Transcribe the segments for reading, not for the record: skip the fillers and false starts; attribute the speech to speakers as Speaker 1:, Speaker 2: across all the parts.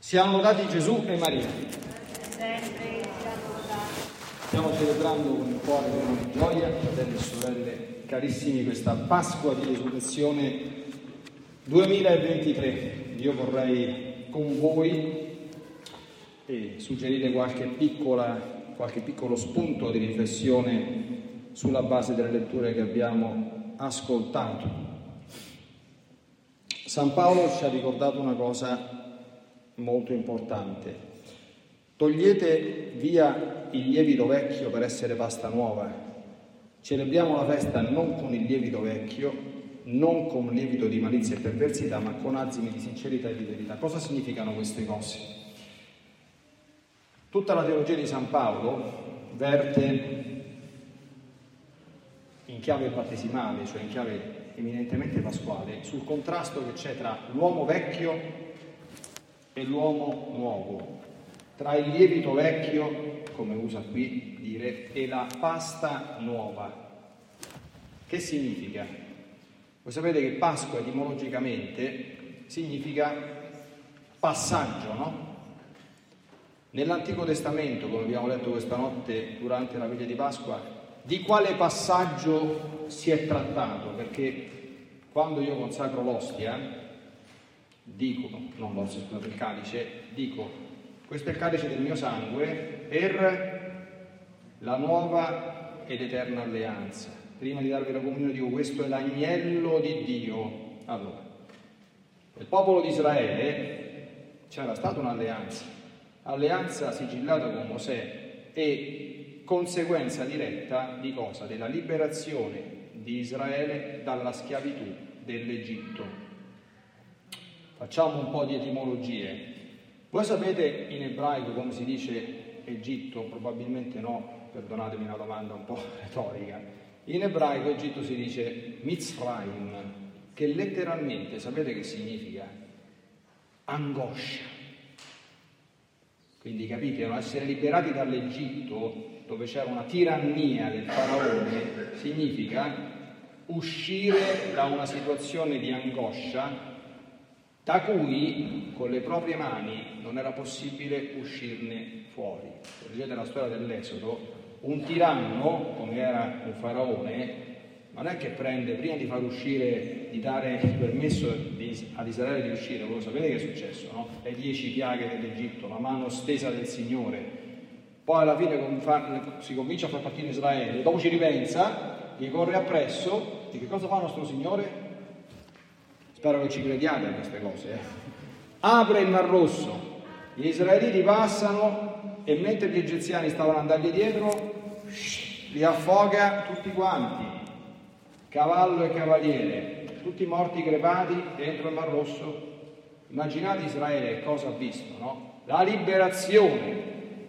Speaker 1: Siamo lodati Gesù e Maria.
Speaker 2: Sempre siamo lodati.
Speaker 1: Stiamo celebrando con il cuore pieno di gioia, fratelli e sorelle carissimi, questa Pasqua di Resurrezione 2023. Io vorrei con voi suggerire qualche piccolo spunto di riflessione sulla base delle letture che abbiamo ascoltato. San Paolo ci ha ricordato una cosa molto importante: togliete via il lievito vecchio per essere pasta nuova. Celebriamo la festa non con il lievito vecchio, non con lievito di malizia e perversità, ma con azimi di sincerità e di verità. Cosa significano queste cose? Tutta la teologia di San Paolo verte in chiave battesimale, cioè in chiave eminentemente pasquale, sul contrasto che c'è tra l'uomo vecchio e l'uomo nuovo, tra il lievito vecchio, come usa qui dire, e la pasta nuova. Che significa? Voi sapete che Pasqua etimologicamente significa passaggio, no? Nell'Antico Testamento, come abbiamo letto questa notte durante la veglia di Pasqua, di quale passaggio si è trattato? Perché quando io consacro l'ostia, dico, non l'ostia, scusate, il calice, dico: questo è il calice del mio sangue per la nuova ed eterna alleanza. Prima di darvi la comunione dico: questo è l'agnello di Dio. Allora, nel popolo di Israele c'era stata un'alleanza sigillata con Mosè e conseguenza diretta di cosa? Della liberazione di Israele dalla schiavitù dell'Egitto. Facciamo un po' di etimologie. Voi sapete in ebraico come si dice Egitto? Probabilmente no, perdonatemi una domanda un po' retorica. In ebraico Egitto si dice Mitzrayim, che letteralmente sapete che significa? Angoscia. Quindi capite, no? Essere liberati dall'Egitto, dove c'era una tirannia del faraone, significa uscire da una situazione di angoscia da cui con le proprie mani non era possibile uscirne fuori. Leggete la storia dell'Esodo, un tiranno, come era il faraone, non è che prende, prima di far uscire, di dare il permesso ad Israele di uscire, voi sapete che è successo, no? Le 10 piaghe dell'Egitto, la mano stesa del Signore. Poi alla fine si comincia a far partire Israele, dopo ci ripensa, gli corre appresso, e che cosa fa il nostro Signore? Spero che ci crediate a queste cose. Apre il Mar Rosso, gli israeliti passano e mentre gli egiziani stavano andando dietro, li affoga tutti quanti, cavallo e cavaliere, tutti morti crepati dentro il Mar Rosso. Immaginate Israele cosa ha visto, no? La liberazione.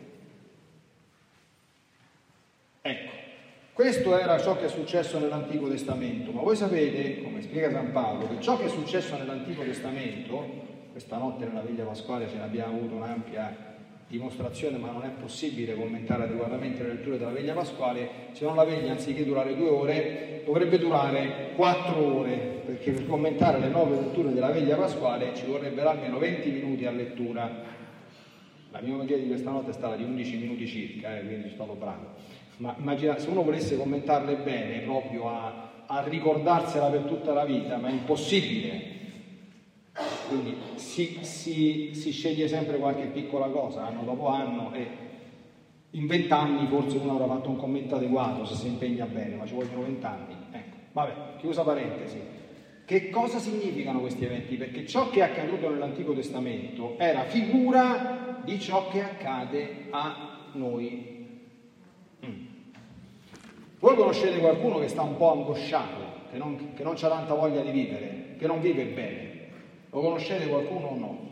Speaker 1: Ecco. Questo era ciò che è successo nell'Antico Testamento, ma voi sapete, come spiega San Paolo, che ciò che è successo nell'Antico Testamento, questa notte nella veglia pasquale ce ne abbiamo avuto un'ampia dimostrazione, ma non è possibile commentare adeguatamente le letture della veglia pasquale, se no la veglia, anziché durare 2 ore, dovrebbe durare 4 ore, perché per commentare le 9 letture della veglia pasquale ci vorrebbero almeno 20 minuti a lettura. La mia omelia di questa notte è stata di 11 minuti circa, quindi sono stato bravo. Ma immaginate, se uno volesse commentarle bene, proprio a ricordarsela per tutta la vita, ma è impossibile. Quindi si sceglie sempre qualche piccola cosa, anno dopo anno, e in 20 anni forse uno avrà fatto un commento adeguato, se si impegna bene, ma ci vogliono 20 anni. Ecco, vabbè, chiusa parentesi. Che cosa significano questi eventi? Perché ciò che è accaduto nell'Antico Testamento era figura di ciò che accade a noi. Voi conoscete qualcuno che sta un po' angosciato, che non c'ha tanta voglia di vivere, che non vive bene? Lo conoscete qualcuno o no?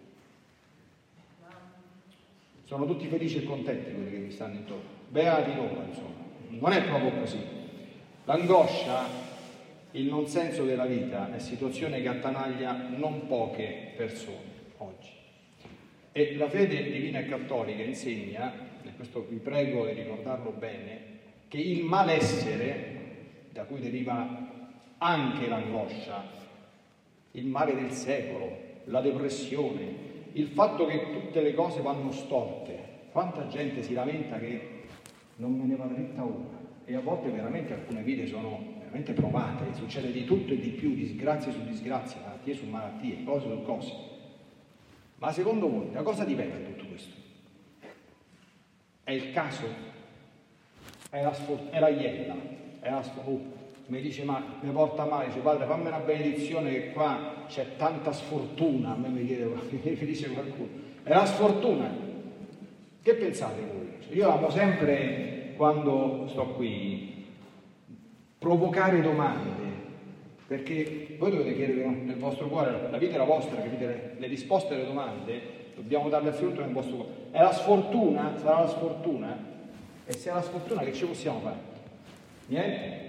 Speaker 1: Sono tutti felici e contenti quelli che vi stanno intorno. Beati loro, insomma. Non è proprio così. L'angoscia, il non senso della vita, è situazione che attanaglia non poche persone oggi. E la fede divina e cattolica insegna, e questo vi prego di ricordarlo bene, che il malessere, da cui deriva anche l'angoscia, il male del secolo, la depressione, il fatto che tutte le cose vanno storte. Quanta gente si lamenta che non me ne va dritta una, e a volte veramente alcune vite sono veramente provate, succede di tutto e di più, disgrazie su disgrazie, malattie su malattie, cose su cose. Ma secondo voi da cosa dipende tutto questo? È il caso? È la iella? È la mi dice, ma mi porta male, dice, padre fammi una benedizione che qua c'è tanta sfortuna, a me mi dice qualcuno, è la sfortuna. Che pensate voi? Io amo sempre, quando sto qui, provocare domande, perché voi dovete chiedere nel vostro cuore, la vita è la vostra, capite? Le risposte alle domande dobbiamo darle assoluto nel vostro cuore. È la sfortuna? Sarà la sfortuna? E se è la sfortuna che ci possiamo fare? Niente?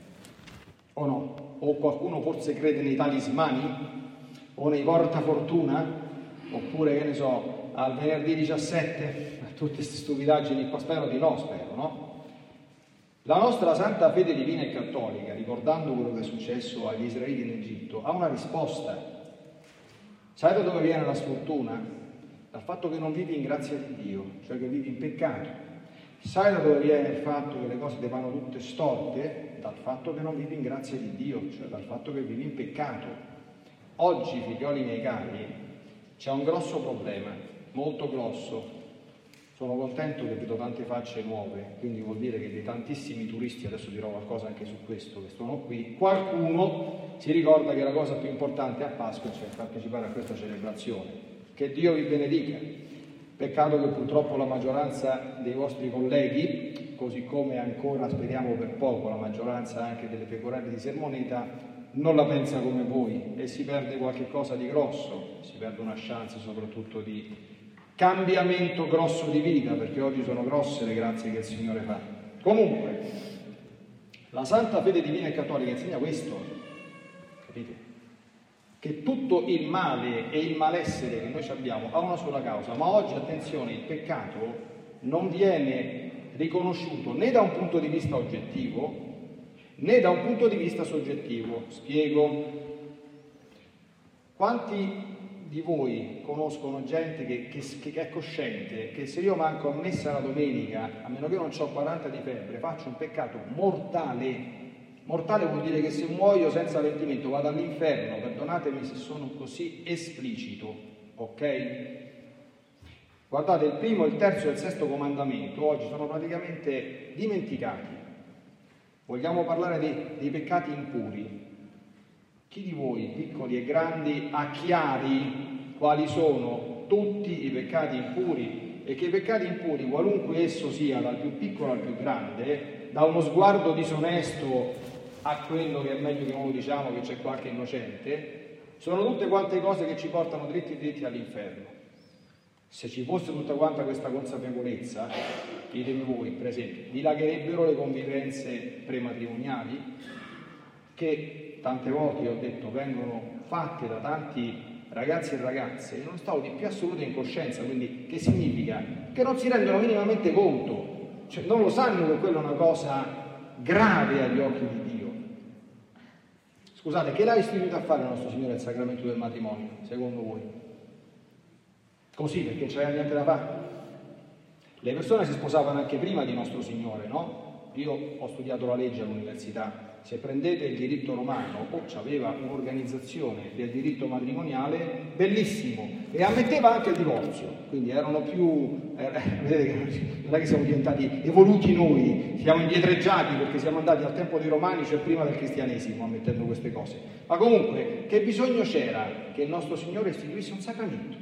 Speaker 1: O no? O qualcuno forse crede nei talismani? O nei portafortuna? Oppure, che ne so, al venerdì 17? A tutte queste stupidaggini qua, spero di no, no? La nostra santa fede divina e cattolica, ricordando quello che è successo agli Israeliti in Egitto, ha una risposta. Sai da dove viene la sfortuna? Dal fatto che non vivi in grazia di Dio, cioè che vivi in peccato. Sai da dove viene il fatto che le cose ti vanno tutte storte? Dal fatto che non vivi in grazia di Dio, cioè dal fatto che vivi in peccato. Oggi, figlioli miei cari, c'è un grosso problema, molto grosso. Sono contento che vedo tante facce nuove, quindi vuol dire che dei tantissimi turisti, adesso dirò qualcosa anche su questo, che sono qui, qualcuno si ricorda che la cosa più importante a Pasqua, cioè partecipare a questa celebrazione. Che Dio vi benedica. Peccato che purtroppo la maggioranza dei vostri colleghi, così come ancora speriamo per poco la maggioranza anche delle pecorelle di Sermoneta, non la pensa come voi e si perde qualche cosa di grosso, si perde una chance soprattutto di cambiamento grosso di vita, perché oggi sono grosse le grazie che il Signore fa. Comunque, la Santa Fede Divina e Cattolica insegna questo, capite? Che tutto il male e il malessere che noi abbiamo ha una sola causa, ma oggi, attenzione, il peccato non viene riconosciuto né da un punto di vista oggettivo né da un punto di vista soggettivo. Spiego. Quanti di voi conoscono gente che è cosciente che se io manco a messa la domenica, a meno che non ho 40 di febbre, faccio un peccato mortale? Mortale vuol dire che se muoio senza avvertimento vado all'inferno, perdonatemi se sono così esplicito, ok? Guardate, il primo, il terzo e il sesto comandamento oggi sono praticamente dimenticati. Vogliamo parlare dei peccati impuri. Chi di voi, piccoli e grandi, ha chiari quali sono tutti i peccati impuri? E che i peccati impuri, qualunque esso sia, dal più piccolo al più grande, da uno sguardo disonesto a quello che è meglio che noi diciamo che c'è qualche innocente, sono tutte quante cose che ci portano dritti all'inferno. Se ci fosse tutta quanta questa consapevolezza, ditemi voi, per esempio, dilagherebbero le convivenze prematrimoniali, che tante volte, ho detto, vengono fatte da tanti ragazzi e ragazze in uno stato di più assoluta incoscienza. Quindi che significa? Che non si rendono minimamente conto, cioè non lo sanno che quella è una cosa grave agli occhi di Dio. Scusate, che l'ha istituito a fare il nostro Signore il sacramento del matrimonio, secondo voi? Così, perché non c'era niente da fare? Le persone si sposavano anche prima di nostro Signore, no? Io ho studiato la legge all'università. Se prendete il diritto romano, c'aveva un'organizzazione del diritto matrimoniale bellissimo e ammetteva anche il divorzio, quindi erano più, vedete che non è che siamo diventati evoluti noi, siamo indietreggiati perché siamo andati al tempo dei Romani, cioè prima del cristianesimo, ammettendo queste cose. Ma comunque, che bisogno c'era che il nostro Signore istituisse un sacramento?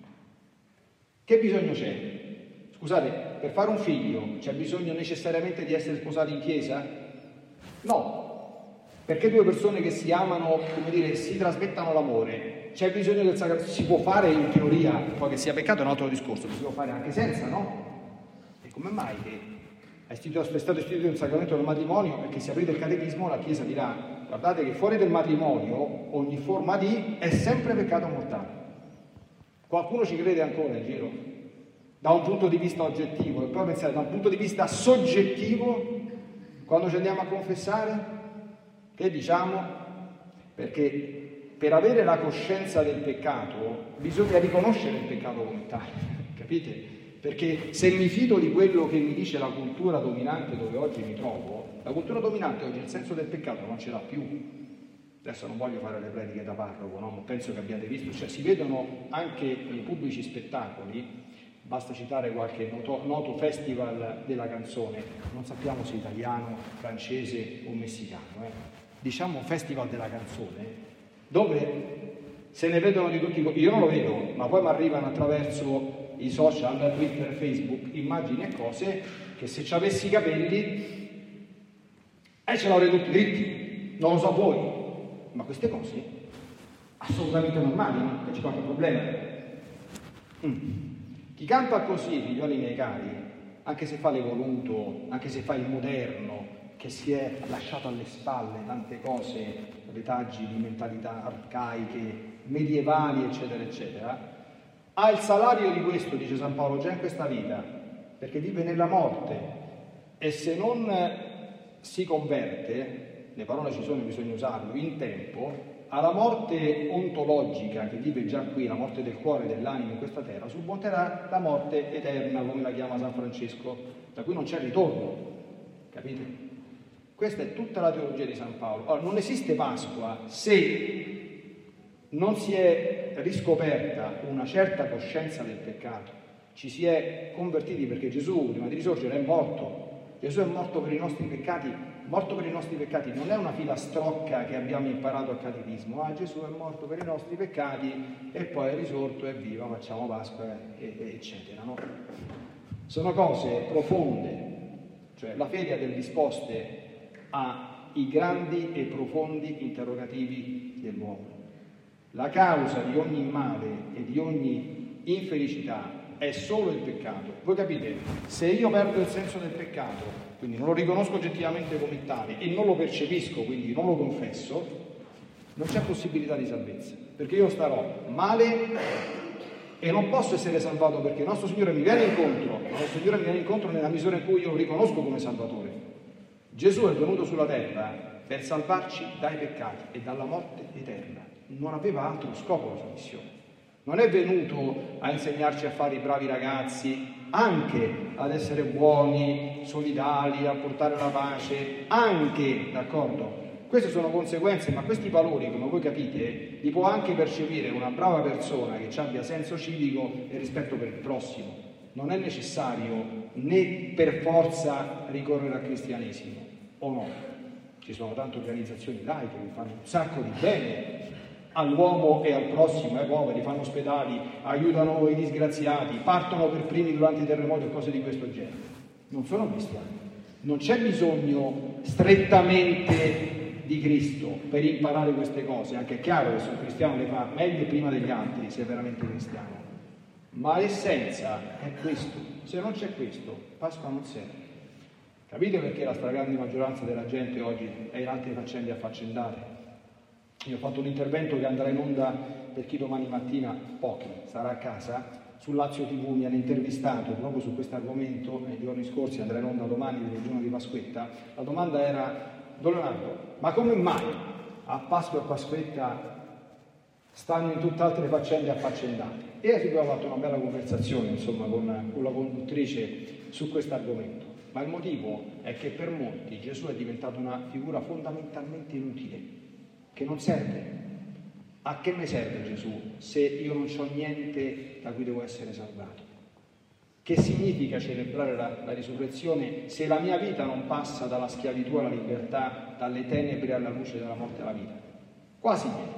Speaker 1: Che bisogno c'è? Scusate, per fare un figlio c'è bisogno necessariamente di essere sposati in chiesa? No. Perché due persone che si amano, come dire, si trasmettano l'amore, c'è bisogno del sacramento. Si può fare in teoria, poi che sia peccato è un altro discorso, si può fare anche senza, no? E come mai che è stato istituito il sacramento del matrimonio? Perché se aprite il catechismo la Chiesa dirà, guardate che fuori del matrimonio ogni forma di è sempre peccato mortale. Qualcuno ci crede ancora in giro? Da un punto di vista oggettivo, e poi pensate da un punto di vista soggettivo, quando ci andiamo a confessare? Che diciamo? Perché per avere la coscienza del peccato bisogna riconoscere il peccato come tale, capite? Perché se mi fido di quello che mi dice la cultura dominante dove oggi mi trovo, la cultura dominante oggi il senso del peccato non ce l'ha più. Adesso non voglio fare le prediche da parroco, no? Ma penso che abbiate visto, cioè si vedono anche nei pubblici spettacoli, basta citare qualche noto festival della canzone, non sappiamo se italiano, francese o messicano, diciamo festival della canzone, dove se ne vedono di tutti, io non lo vedo, ma poi mi arrivano attraverso i social, Twitter, Facebook, immagini e cose che se ci avessi i capelli ce l'avrei tutti dritti, non lo so voi, ma queste cose assolutamente normali, non c'è qualche problema. Chi campa così, figlioli miei cari, anche se fa l'evoluto, anche se fa il moderno, che si è lasciato alle spalle tante cose, retaggi di mentalità arcaiche, medievali, eccetera, eccetera, ha il salario di questo, dice San Paolo, già in questa vita, perché vive nella morte e se non si converte, le parole ci sono, bisogna usarlo, in tempo, alla morte ontologica che vive già qui, la morte del cuore, dell'anima in questa terra, subentrerà la morte eterna, come la chiama San Francesco, da cui non c'è ritorno, capite? Questa è tutta la teologia di San Paolo. Ora, non esiste Pasqua se non si è riscoperta una certa coscienza del peccato, ci si è convertiti perché Gesù, prima di risorgere, è morto. Gesù è morto per i nostri peccati, morto per i nostri peccati non è una filastrocca che abbiamo imparato al catechismo, Gesù è morto per i nostri peccati e poi è risorto, è vivo, facciamo Pasqua, eccetera, no? Sono cose profonde, cioè la fede ha delle risposte ai grandi e profondi interrogativi dell'uomo. La causa di ogni male e di ogni infelicità è solo il peccato. Voi capite, se io perdo il senso del peccato, quindi non lo riconosco oggettivamente come tale e non lo percepisco, quindi non lo confesso, non c'è possibilità di salvezza, perché io starò male e non posso essere salvato perché il nostro Signore mi viene incontro nella misura in cui io lo riconosco come Salvatore. Gesù è venuto sulla terra per salvarci dai peccati e dalla morte eterna. Non aveva altro scopo la sua missione. Non è venuto a insegnarci a fare i bravi ragazzi, anche ad essere buoni, solidali, a portare la pace, anche, d'accordo? Queste sono conseguenze, ma questi valori, come voi capite, li può anche percepire una brava persona che abbia senso civico e rispetto per il prossimo. Non è necessario né per forza ricorrere al cristianesimo, o no? Ci sono tante organizzazioni laiche che fanno un sacco di bene all'uomo e al prossimo, ai poveri, fanno ospedali, aiutano i disgraziati, partono per primi durante i terremoti e cose di questo genere. Non sono cristiani. Non c'è bisogno strettamente di Cristo per imparare queste cose, anche è chiaro che se un cristiano le fa meglio prima degli altri, se è veramente cristiano. Ma l'essenza è questo. Se non c'è questo, Pasqua non serve. Capite perché la stragrande maggioranza della gente oggi è in altre faccende affaccendate? Io ho fatto un intervento che andrà in onda per chi domani mattina, pochi, sarà a casa, su Lazio TV mi hanno intervistato proprio su questo argomento nei giorni scorsi, andrà in onda domani nel giorno di Pasquetta. La domanda era: Don Leonardo, ma come mai a Pasqua e Pasquetta stanno in tutt'altre faccende affaccendate? E abbiamo fatto una bella conversazione, insomma, con la conduttrice su questo argomento. Ma il motivo è che per molti Gesù è diventato una figura fondamentalmente inutile, che non serve. A che mi serve Gesù se io non ho niente da cui devo essere salvato? Che significa celebrare la risurrezione se la mia vita non passa dalla schiavitù alla libertà, dalle tenebre alla luce, dalla morte alla vita? Quasi niente.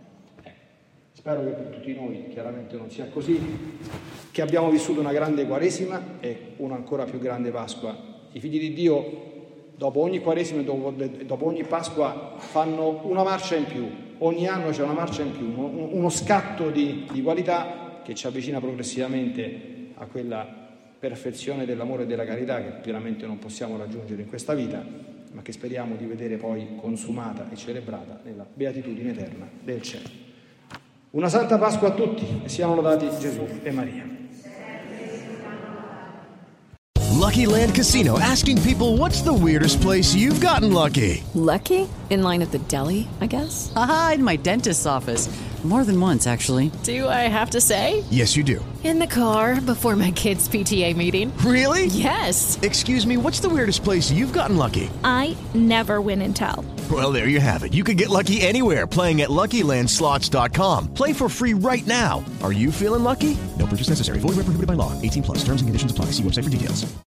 Speaker 1: Spero che per tutti noi chiaramente non sia così, che abbiamo vissuto una grande Quaresima e una ancora più grande Pasqua. I figli di Dio dopo ogni Quaresima e dopo ogni Pasqua fanno una marcia in più, ogni anno c'è una marcia in più, uno scatto di qualità che ci avvicina progressivamente a quella perfezione dell'amore e della carità che chiaramente non possiamo raggiungere in questa vita, ma che speriamo di vedere poi consumata e celebrata nella beatitudine eterna del cielo. Una santa Pasqua a tutti e siano lodati Gesù e Maria.
Speaker 3: Lucky Land Casino, asking people, what's the weirdest place you've gotten lucky?
Speaker 4: Lucky? In line at the deli, I guess?
Speaker 5: Aha, in my dentist's office. More than once, actually.
Speaker 4: Do I have to say?
Speaker 3: Yes, you do.
Speaker 4: In the car before my kids' PTA meeting.
Speaker 3: Really?
Speaker 4: Yes.
Speaker 3: Excuse me, what's the weirdest place you've gotten lucky?
Speaker 6: I never win and tell.
Speaker 3: Well, there you have it. You can get lucky anywhere, playing at LuckyLandSlots.com. Play for free right now. Are you feeling lucky? No purchase necessary. Void where prohibited by law. 18+. Terms and conditions apply. See website for details.